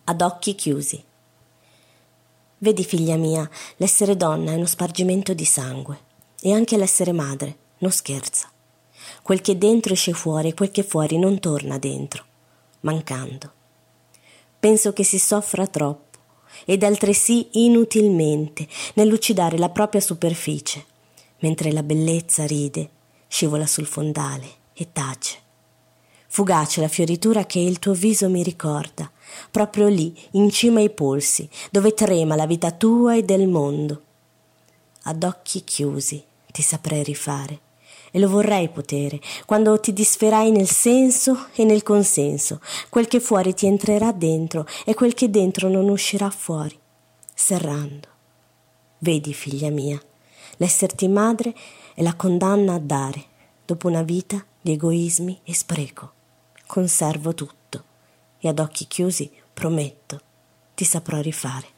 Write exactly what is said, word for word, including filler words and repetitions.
ad occhi chiusi. Vedi, figlia mia, l'essere donna è uno spargimento di sangue, e anche l'essere madre non scherza. Quel che dentro esce fuori e quel che fuori non torna dentro, mancando. Penso che si soffra troppo, ed altresì inutilmente, nel lucidare la propria superficie, mentre la bellezza ride, scivola sul fondale e tace. Fugace la fioritura che il tuo viso mi ricorda, proprio lì, in cima ai polsi, dove trema la vita tua e del mondo. Ad occhi chiusi ti saprei rifare, e lo vorrei potere, quando ti disferai nel senso e nel consenso, quel che fuori ti entrerà dentro e quel che dentro non uscirà fuori, serrando. Vedi, figlia mia, l'esserti madre è la condanna a dare, dopo una vita di egoismi e spreco. Conservo tutto e ad occhi chiusi, prometto, ti saprò rifare.